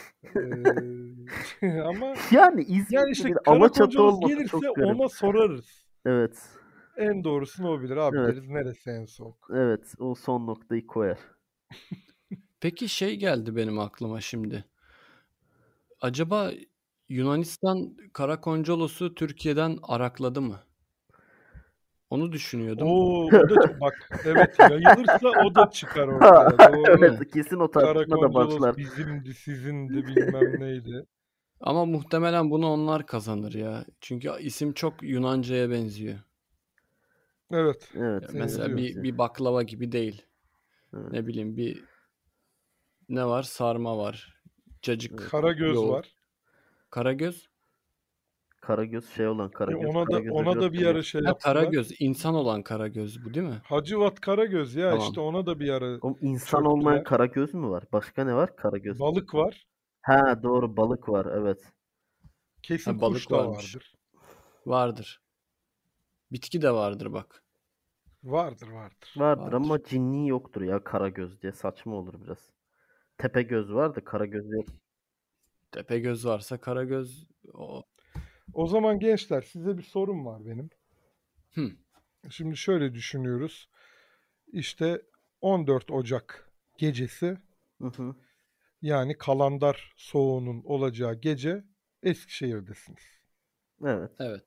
Ee, ama Yani yani İzmir'de işte bir Alaçatı Karakoncolos olması gelirse çok garip. ona sorarız. Evet. En doğrusunu o bilir. Abi Evet. deriz, neresi en soğuk? Evet. O son noktayı koyar. Peki şey geldi benim aklıma şimdi. Acaba Yunanistan Karakoncolos'u Türkiye'den arakladı mı? Onu düşünüyordum. Oo, o da çok, bak evet, yayılırsa o da çıkar ortaya. Değil Doğru. mi? Evet, kesin o tartışma da Karakoncolos başlar. bizimdi, sizindi, bilmem neydi. Ama muhtemelen bunu onlar kazanır ya. Çünkü isim çok Yunanca'ya benziyor. Evet, Evet, Ya evet, mesela benziyor. bir bir baklava gibi değil. evet, Ne bileyim bir ne var? Sarma var. evet. Cacık, Karagöz yoğurt. var. Karagöz. Karagöz şey olan E Karagöz. ona da Karagöz'e ona biraz da bir ara benziyor. şey Ha yaptılar. Karagöz. İnsan olan Karagöz bu değil mi? Hacivat Karagöz ya, işte Tamam. ona da bir ara Oğlum, insan olmayan çöktüler. Karagöz mü var? Başka ne var? Karagöz. Balık var. Ha, doğru, balık var, evet. Kesin Ha, kuş balık da varmış. vardır. Vardır. Bitki de vardır bak. Vardır, vardır. Vardır Vardır. ama cinni yoktur ya Karagöz diye. Saçma olur biraz. Tepegöz var da Karagöz yok. Tepegöz varsa Karagöz o. O zaman gençler, size bir sorum var benim. Hı. Şimdi şöyle düşünüyoruz. İşte on dört Ocak gecesi, Hı hı. yani Kalandar Soğuğu'nun olacağı gece Eskişehir'desiniz. Evet. Evet.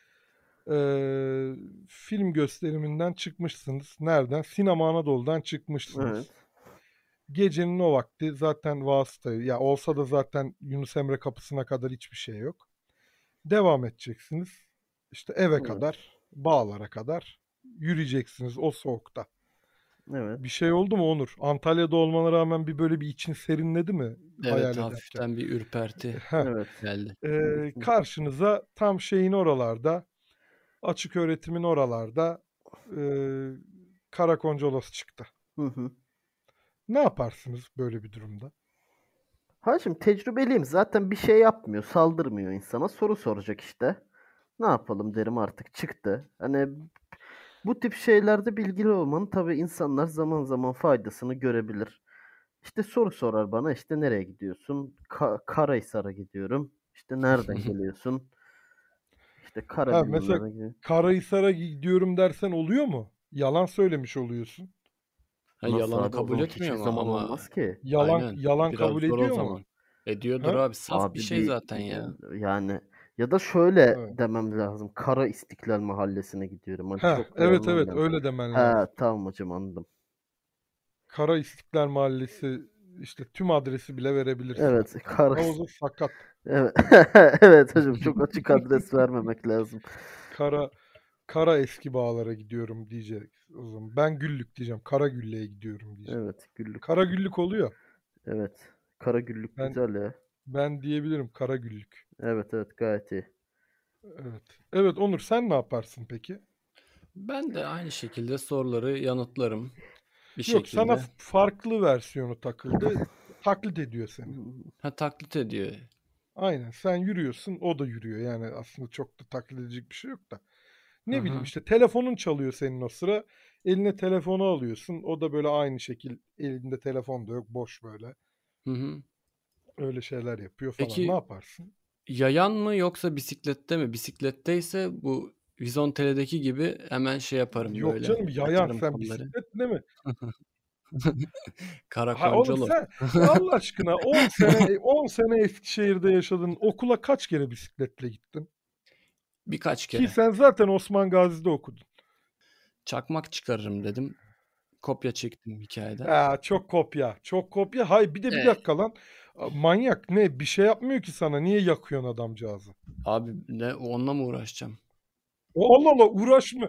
Ee, film gösteriminden çıkmışsınız. Nereden? Sinema Anadolu'dan çıkmışsınız. Evet. Gecenin o vakti zaten vasıta, ya olsa da zaten Yunus Emre kapısına kadar hiçbir şey yok. Devam edeceksiniz. İşte eve Evet. kadar, Bağlar'a kadar yürüyeceksiniz o soğukta. Evet. Bir şey oldu mu Onur? Antalya'da olmana rağmen bir böyle bir için serinledi mi hayal Evet, ederken? hafiften bir ürperti Heh. Evet. geldi. Ee, Kesinlikle. karşınıza tam şeyin oralarda, açık öğretimin oralarda e, Karakoncolos çıktı. Hı hı. Ne yaparsınız böyle bir durumda? Ha şimdi tecrübeliyim. Zaten bir şey yapmıyor. Saldırmıyor insana. Soru soracak işte. Ne yapalım derim artık. Çıktı. Hani bu tip şeylerde bilgili olmanın tabii insanlar zaman zaman faydasını görebilir. İşte soru sorar bana. İşte nereye gidiyorsun? Ka- Karahisar'a gidiyorum. İşte nereden geliyorsun? İşte Ha mesela Karalimanlar'a gidiyorum. Karahisar'a gidiyorum dersen oluyor mu? Yalan söylemiş oluyorsun. Ha, Nasıl yalanı abi? O kabul zaman hiçbir etmiyor mu? zaman Ama olmaz ki. Yalan aynen. yalan Biraz kabul zor o ediyor mu? zaman. Ediyordur Ha? abi. Saf bir Abi şey bir zaten ya. yani ya da şöyle Evet. demem lazım. Kara İstiklal Mahallesi'ne gidiyorum. Hani Heh, çok da evet yanına evet gelmem. öyle demen He lazım. tamam hocam anladım. Kara İstiklal Mahallesi işte tüm adresi bile verebilirsin. Evet Kara Havuzun sakat. Evet. Evet hocam çok açık adres vermemek lazım. Kara Kara eski bağlara gidiyorum diyecek o zaman. Ben Güllük diyeceğim. Kara Güllü'ye gidiyorum diyeceğim. Evet güllük. Kara Güllük oluyor. Evet. Kara güllük Ben güzel ya. ben diyebilirim Kara Güllük. Evet evet gayet iyi. Evet. Evet Onur sen ne yaparsın peki? Ben de aynı şekilde soruları yanıtlarım bir Yok sana şekilde. farklı versiyonu takıldı. Taklit ediyor seni. Ha, taklit ediyor. Aynen sen yürüyorsun o da yürüyor. Yani aslında çok da taklit edecek bir şey yok da. Hı Ne bileyim hı. işte telefonun çalıyor senin o sıra. Eline telefonu alıyorsun. O da böyle aynı şekil elinde telefon da yok boş böyle. Hı hı. Öyle şeyler yapıyor falan. Ne Peki yaparsın? yayan mı yoksa bisiklette mi? Bisikletteyse bu Vizontele'deki gibi hemen şey yaparım Yok böyle. canım yayan Açarım sen kolları. bisiklet değil mi? Ha oğlum Karakoncolos. sen Allah aşkına on sene on sene Eskişehir'de yaşadın. Okula kaç kere bisikletle gittin? Birkaç Ki kere. sen zaten Osman Gazi'de okudun. Çakmak çıkarırım dedim. Kopya çektim hikayeden. Ya çok kopya. Çok kopya. Hay bir de bir E, dakika lan. Manyak ne? Bir şey yapmıyor ki sana. Niye yakıyorsun adamcağızı? abi ne onunla mı uğraşacağım? Allah Allah uğraşma.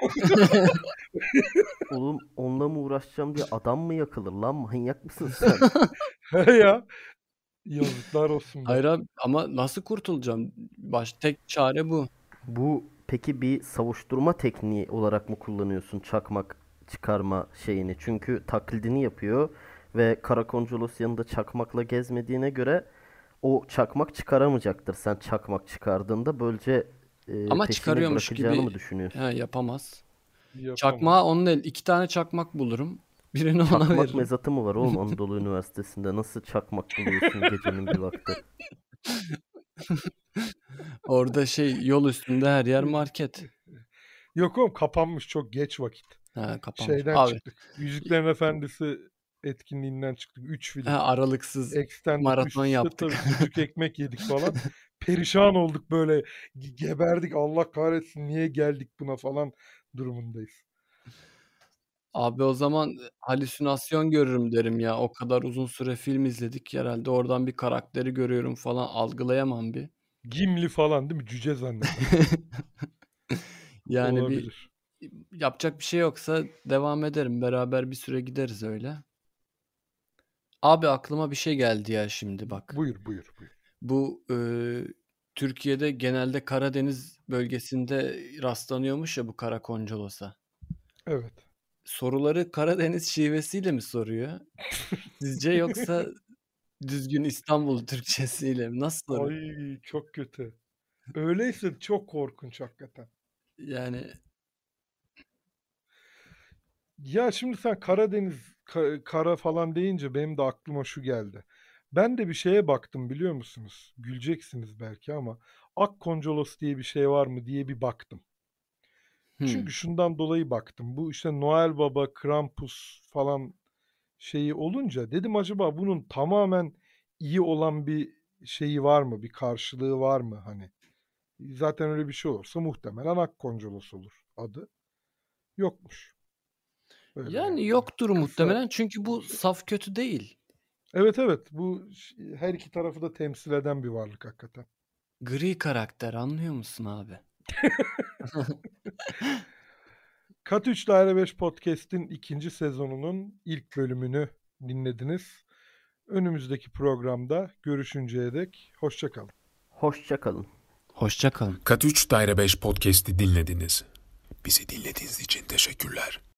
Oğlum onunla mı uğraşacağım diye adam mı yakılır lan? Manyak mısın sen? He ya. Yazıklar olsun be. Hayır abi ama nasıl kurtulacağım? Baş tek çare bu. Bu peki bir savuşturma tekniği olarak mı kullanıyorsun çakmak çıkarma şeyini? Çünkü taklidini yapıyor ve Karakoncolos yanında çakmakla gezmediğine göre o çakmak çıkaramayacaktır sen çakmak çıkardığında. Böylece e, Ama peşini çıkarıyormuş bırakacağını mı gibi düşünüyorsun? he, yapamaz. Yapamaz. Çakmağı onun el. iki tane çakmak bulurum. Birini ona Çakmak veririm. mezatı mı var oğlum Anadolu Üniversitesi'nde? Nasıl çakmak buluyorsun gecenin bir vakti? Orada şey yol üstünde her yer market. Yok oğlum kapanmış çok geç vakit. Ha, kapanmış. Şeyden Abi çıktık. Yüzüklerin Efendisi etkinliğinden çıktık. Üç film. ha, aralıksız Extended üst maraton üste yaptık. tabii sucuk ekmek yedik falan. Perişan olduk böyle. Ge- Geberdik Allah kahretsin niye geldik buna falan durumundayız. Abi o zaman halüsinasyon görürüm derim ya. O kadar uzun süre film izledik. Herhalde oradan bir karakteri görüyorum falan algılayamam bir. Gimli falan değil mi? Cüce zanneder. Yani bir Olabilir. yapacak bir şey yoksa devam ederim. Beraber bir süre gideriz öyle. Abi aklıma bir şey geldi ya şimdi bak. Buyur buyur buyur. Bu e, Türkiye'de genelde Karadeniz bölgesinde rastlanıyormuş ya bu Karakoncolos'a. Evet. Soruları Karadeniz şivesiyle mi soruyor? Sizce yoksa düzgün İstanbul Türkçesiyle mi? Nasıl soruyor? Ay çok kötü. Öyleyse çok korkunç hakikaten. Yani Ya şimdi sen Karadeniz ka- kara falan deyince benim de aklıma şu geldi. Ben de bir şeye baktım biliyor musunuz? Güleceksiniz belki ama Akkoncolos diye bir şey var mı diye bir baktım. hmm. Çünkü şundan dolayı baktım. Bu işte Noel Baba, Krampus falan şeyi olunca dedim acaba bunun tamamen iyi olan bir şeyi var mı? Bir karşılığı var mı hani? Zaten öyle bir şey olursa muhtemelen Akkoncolos olur adı. Yokmuş. Öyle Yani yani. yoktur Kısa. muhtemelen çünkü bu saf kötü değil. Evet evet, bu ş- her iki tarafı da temsil eden bir varlık hakikaten. Gri karakter, anlıyor musun abi? Kat üç Daire beş Podcast'in ikinci sezonunun ilk bölümünü dinlediniz. Önümüzdeki programda görüşünceye dek hoşça kalın. Hoşça kalın. Hoşça kalın. Kat üç Daire beş Podcast'i dinlediniz. Bizi dinlediğiniz için teşekkürler.